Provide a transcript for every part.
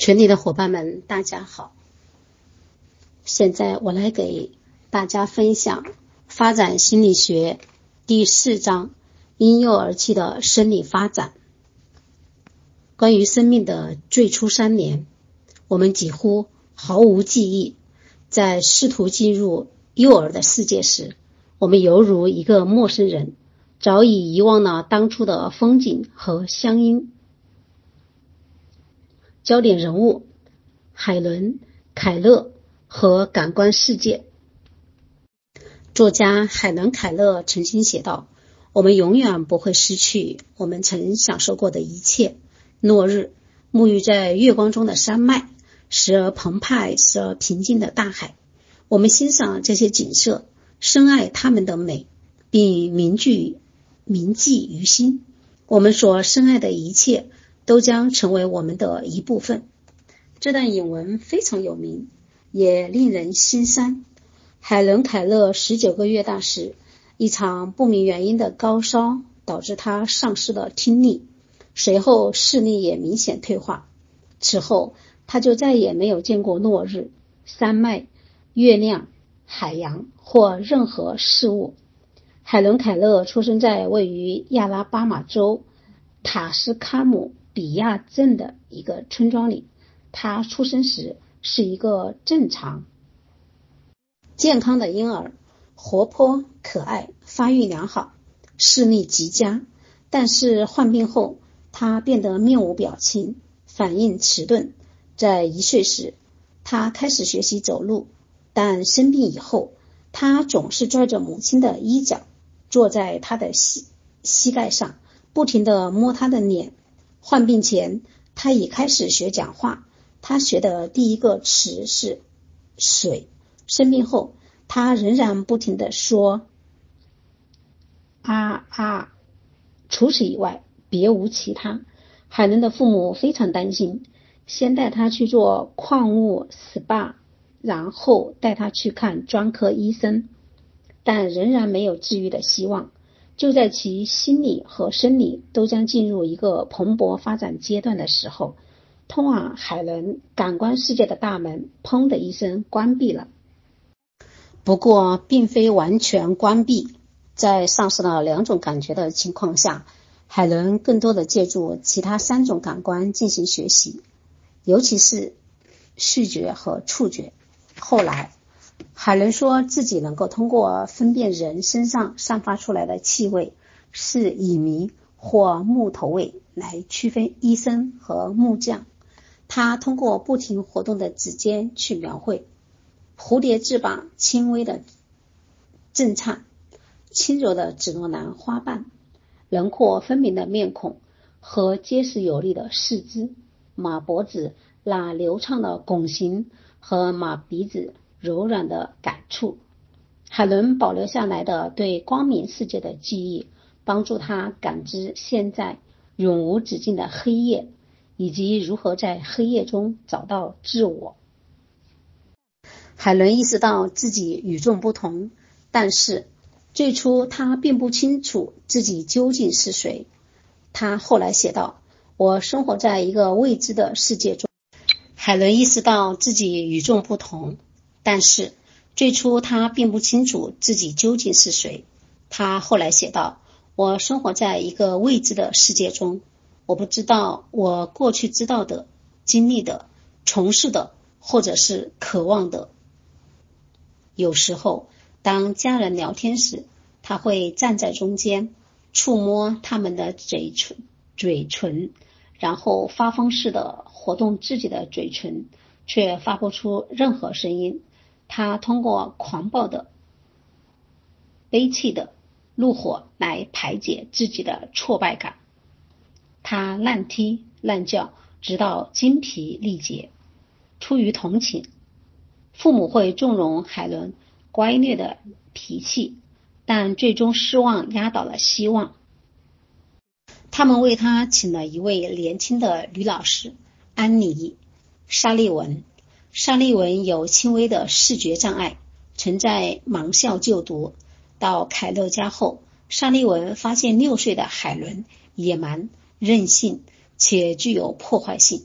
群里的伙伴们大家好，现在我来给大家分享发展心理学第4章婴幼儿期的生理发展。关于生命的最初3年，我们几乎毫无记忆，在试图进入幼儿的世界时，我们犹如一个陌生人，早已遗忘了当初的风景和乡音。焦点人物海伦、凯勒和感官世界。作家海伦·凯勒曾经写道，我们永远不会失去我们曾享受过的一切。落日，沐浴在月光中的山脉，时而澎湃，时而平静的大海。我们欣赏这些景色，深爱它们的美，并铭记于心。我们所深爱的一切都将成为我们的一部分。这段引文非常有名，也令人心酸。海伦·凯勒19个月大时，一场不明原因的高烧导致他丧失了听力，随后视力也明显退化。此后他就再也没有见过落日、山脉、月亮、海洋或任何事物。海伦·凯勒出生在位于亚拉巴马州塔斯卡姆比亚镇的一个村庄里。他出生时是一个正常、健康的婴儿，活泼可爱，发育良好，视力极佳。但是患病后，他变得面无表情，反应迟钝。在1岁时，他开始学习走路，但生病以后，他总是拽着母亲的衣角，坐在她的膝盖上，不停地摸她的脸。患病前，他已开始学讲话。他学的第一个词是水。生病后，他仍然不停地说啊啊，除此以外别无其他。海伦的父母非常担心，先带他去做矿物 SPA， 然后带他去看专科医生，但仍然没有治愈的希望。就在其心理和生理都将进入一个蓬勃发展阶段的时候，通往海伦感官世界的大门砰的一声关闭了。不过并非完全关闭，在丧失了2种感觉的情况下，海伦更多的借助其他3种感官进行学习，尤其是视觉和触觉。后来海伦说自己能够通过分辨人身上散发出来的气味是乙醚或木头味来区分医生和木匠。他通过不停活动的指尖去描绘蝴蝶翅膀轻微的震颤，轻柔的紫罗兰花瓣，轮廓分明的面孔和结实有力的四肢，马脖子那流畅的拱形和马鼻子柔软的感触。海伦保留下来的对光明世界的记忆，帮助他感知现在永无止境的黑夜，以及如何在黑夜中找到自我。海伦意识到自己与众不同，但是最初他并不清楚自己究竟是谁。他后来写道，我生活在一个未知的世界中。海伦意识到自己与众不同，但是最初他并不清楚自己究竟是谁。他后来写道，我生活在一个未知的世界中，我不知道我过去知道的、经历的、从事的，或者是渴望的。有时候当家人聊天时，他会站在中间，触摸他们的嘴唇，然后发疯似的活动自己的嘴唇，却发不出任何声音。他通过狂暴的、悲泣的怒火来排解自己的挫败感。他烂踢烂叫，直到精疲力竭。出于同情，父母会纵容海伦乖戾的脾气，但最终失望压倒了希望。他们为他请了一位年轻的女老师，安妮·沙利文。沙利文有轻微的视觉障碍，曾在盲校就读。到凯勒家后，沙利文发现6岁的海伦野蛮、任性且具有破坏性。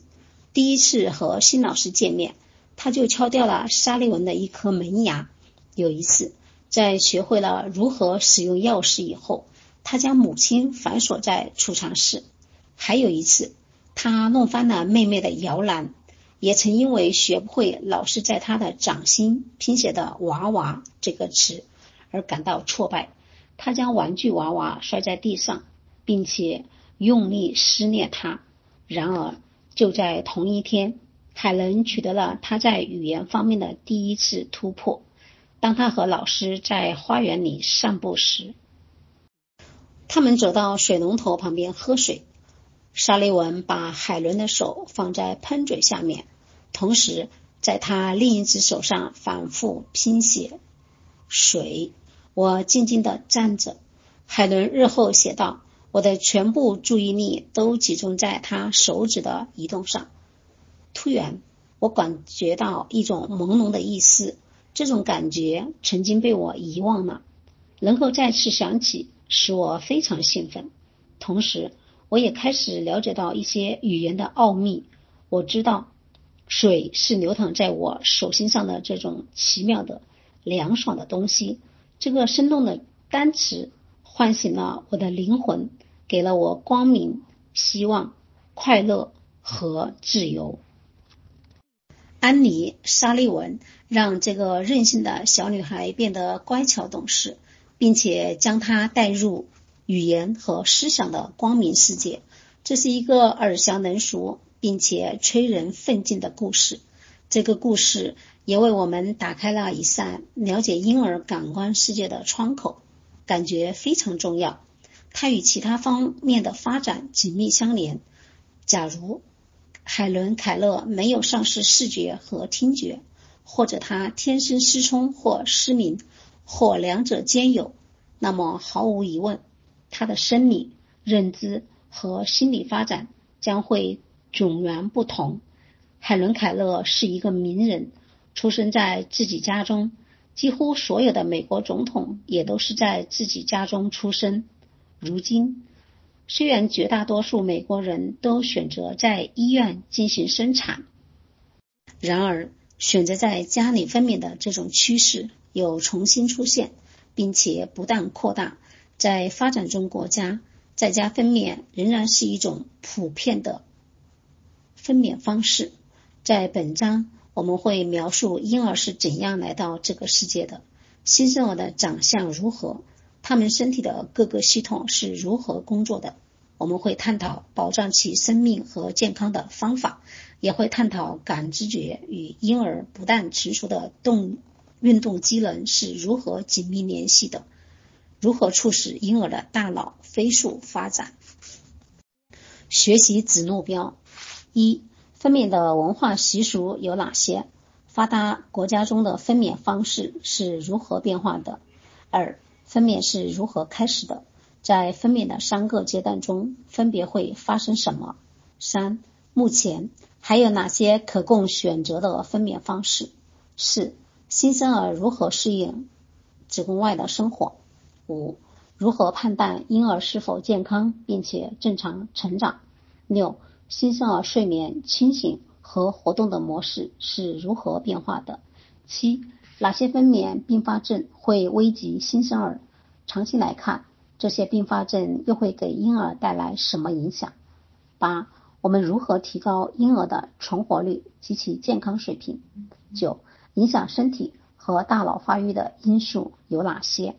第一次和新老师见面，他就敲掉了沙利文的一颗门牙。有一次，在学会了如何使用钥匙以后，他将母亲反锁在储藏室。还有一次，他弄翻了妹妹的摇篮，也曾因为学不会老师在他的掌心拼写的娃娃这个词而感到挫败。他将玩具娃娃摔在地上，并且用力撕裂它。然而就在同一天，海伦取得了他在语言方面的第一次突破。当他和老师在花园里散步时，他们走到水龙头旁边喝水。沙利文把海伦的手放在喷嘴下面，同时在他另一只手上反复拼写水。我静静地站着，海伦日后写道，我的全部注意力都集中在他手指的移动上。突然，我感觉到一种朦胧的意思，这种感觉曾经被我遗忘了，能够再次想起，使我非常兴奋。同时，我也开始了解到一些语言的奥秘。我知道，水是流淌在我手心上的这种奇妙的、凉爽的东西。这个生动的单词唤醒了我的灵魂，给了我光明、希望、快乐和自由。安妮·沙利文让这个任性的小女孩变得乖巧懂事，并且将她带入语言和思想的光明世界。这是一个耳详能熟并且催人奋进的故事。这个故事也为我们打开了一扇了解婴儿感官世界的窗口，感觉非常重要。它与其他方面的发展紧密相连。假如海伦·凯勒没有丧失视觉和听觉，或者他天生失聪或失明，或两者兼有，那么毫无疑问，他的生理、认知和心理发展将会迥然不同。海伦·凯勒是一个名人，出生在自己家中，几乎所有的美国总统也都是在自己家中出生。如今，虽然绝大多数美国人都选择在医院进行生产，然而选择在家里分娩的这种趋势有重新出现，并且不断扩大。在发展中国家，在家分娩仍然是一种普遍的分娩方式。在本章我们会描述婴儿是怎样来到这个世界的，新生儿的长相如何，他们身体的各个系统是如何工作的。我们会探讨保障其生命和健康的方法，也会探讨感知觉与婴儿不但成熟的运动机能是如何紧密联系的，如何促使婴儿的大脑飞速发展。学习子目标。一、分娩的文化习俗有哪些？发达国家中的分娩方式是如何变化的？二、分娩是如何开始的？在分娩的3个阶段中分别会发生什么？三、目前还有哪些可供选择的分娩方式？四、新生儿如何适应子宫外的生活？五、如何判断婴儿是否健康并且正常成长？六、新生儿睡眠、清醒和活动的模式是如何变化的？七、哪些分娩并发症会危及新生儿？长期来看，这些并发症又会给婴儿带来什么影响？八、我们如何提高婴儿的存活率及其健康水平？九、影响身体和大脑发育的因素有哪些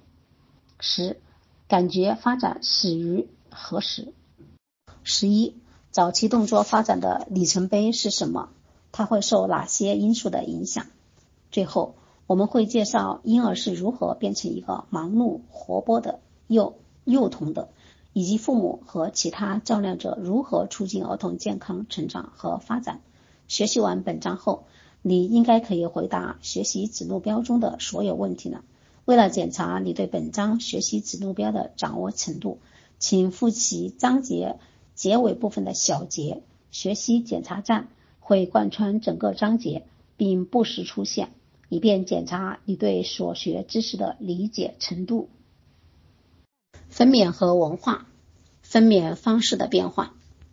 ？10、感觉发展始于何时？11、早期动作发展的里程碑是什么？它会受哪些因素的影响？最后，我们会介绍婴儿是如何变成一个忙碌活泼的幼童的，以及父母和其他照料者如何促进儿童健康成长和发展。学习完本章后，你应该可以回答学习子目标中的所有问题了。为了检查你对本章学习子目标的掌握程度，请复习章节结尾部分的小节。学习检查站会贯穿整个章节，并不时出现，以便检查你对所学知识的理解程度。分娩和文化。分娩方式的变化。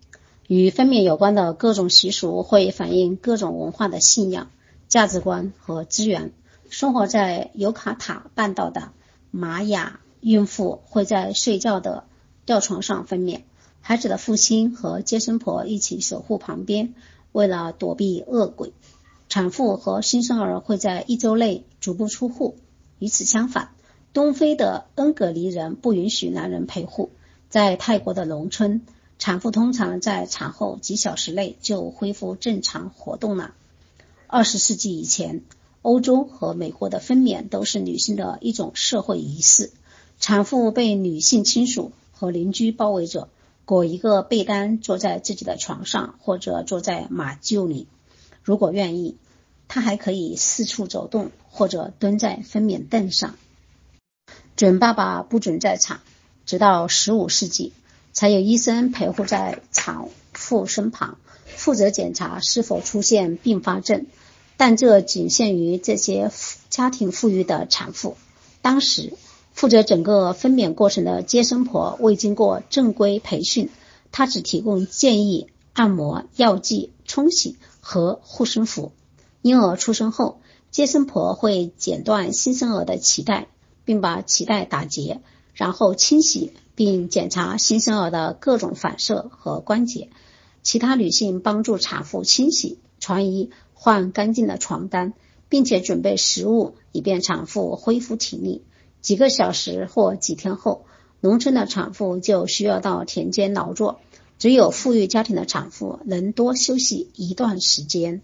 与分娩有关的各种习俗会反映各种文化的信仰、价值观和资源。生活在尤卡塔半岛的玛雅孕妇会在睡觉的吊床上分娩，孩子的父亲和接生婆一起守护旁边，为了躲避恶鬼。产妇和新生儿会在1周内足不出户。与此相反，东非的恩格里人不允许男人陪护。在泰国的农村，产妇通常在产后几小时内就恢复正常活动了。20世纪以前，欧洲和美国的分娩都是女性的一种社会仪式，产妇被女性亲属和邻居包围着，裹一个被单，坐在自己的床上或者坐在马厩里。如果愿意，她还可以四处走动，或者蹲在分娩凳上。准爸爸不准在场，直到15世纪才有医生陪护在产妇身旁，负责检查是否出现并发症，但这仅限于这些家庭富裕的产妇。当时负责整个分娩过程的接生婆未经过正规培训，她只提供建议、按摩、药剂、冲洗和护身符。婴儿出生后，接生婆会剪断新生儿的脐带，并把脐带打结，然后清洗并检查新生儿的各种反射和关节。其他女性帮助产妇清洗、穿衣、换干净的床单，并且准备食物，以便产妇恢复体力。几个小时或几天后，农村的产妇就需要到田间劳作，只有富裕家庭的产妇能多休息一段时间。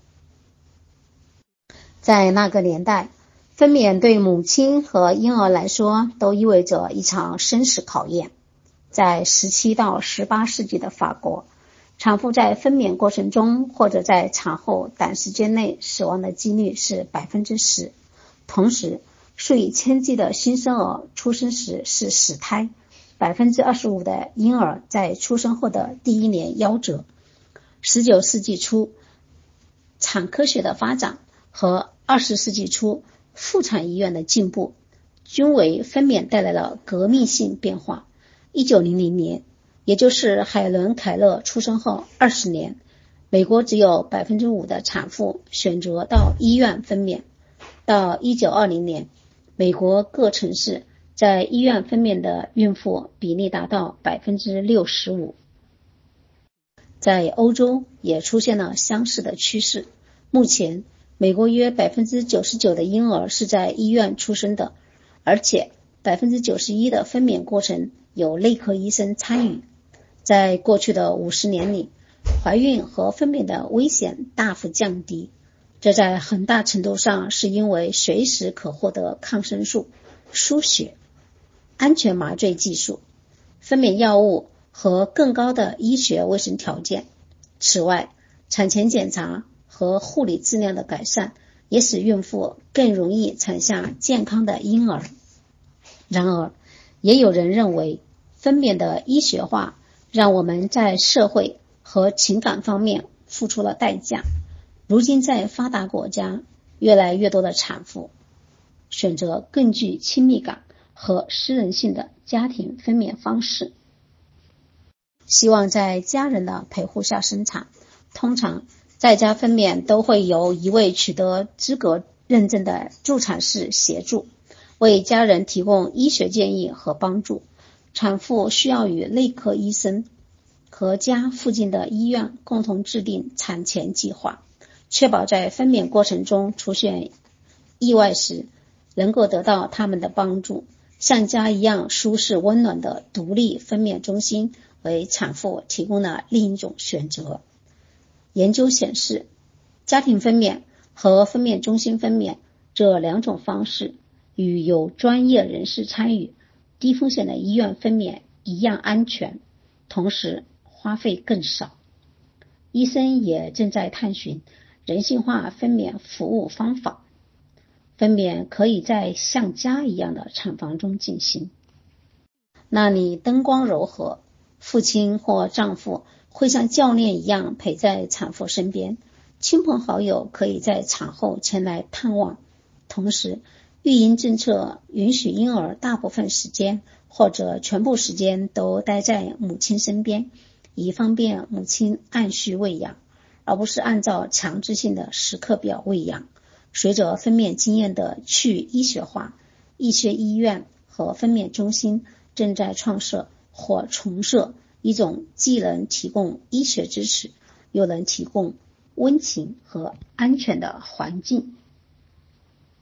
在那个年代，分娩对母亲和婴儿来说都意味着一场生死考验。在17到18世纪的法国，产妇在分娩过程中或者在产后短时间内死亡的几率是 10%。 同时，数以千计的新生儿出生时是死胎， 25% 的婴儿在出生后的第1年夭折。19世纪初，产科学的发展和20世纪初妇产医院的进步均为分娩带来了革命性变化。1900年，也就是海伦·凯勒出生后20年，美国只有 5% 的产妇选择到医院分娩。到1920年，美国各城市在医院分娩的孕妇比例达到 65%。 在欧洲也出现了相似的趋势。目前美国约 99% 的婴儿是在医院出生的，而且 91% 的分娩过程有内科医生参与。在过去的50年里，怀孕和分娩的危险大幅降低，这在很大程度上是因为随时可获得抗生素、输血、安全麻醉技术、分娩药物和更高的医学卫生条件。此外，产前检查和护理质量的改善也使孕妇更容易产下健康的婴儿。然而，也有人认为分娩的医学化让我们在社会和情感方面付出了代价。如今在发达国家，越来越多的产妇选择更具亲密感和私人性的家庭分娩方式，希望在家人的陪护下生产。通常在家分娩都会由一位取得资格认证的助产士协助，为家人提供医学建议和帮助。产妇需要与内科医生和家附近的医院共同制定产前计划，确保在分娩过程中出现意外时能够得到他们的帮助。像家一样舒适温暖的独立分娩中心为产妇提供了另一种选择。研究显示，家庭分娩和分娩中心分娩这两种方式与有专业人士参与、低风险的医院分娩一样安全，同时花费更少。医生也正在探寻人性化分娩服务方法。分娩可以在像家一样的产房中进行，那里灯光柔和，父亲或丈夫会像教练一样陪在产妇身边，亲朋好友可以在产后前来探望。同时，育婴政策允许婴儿大部分时间或者全部时间都待在母亲身边， 以方便母亲按需喂养，而不是按照强制性的时刻表喂养。随着分娩经验的去医学化，医学医院和分娩中心正在创设或重设一种既能提供医学知识，又能提供温情和安全的环境。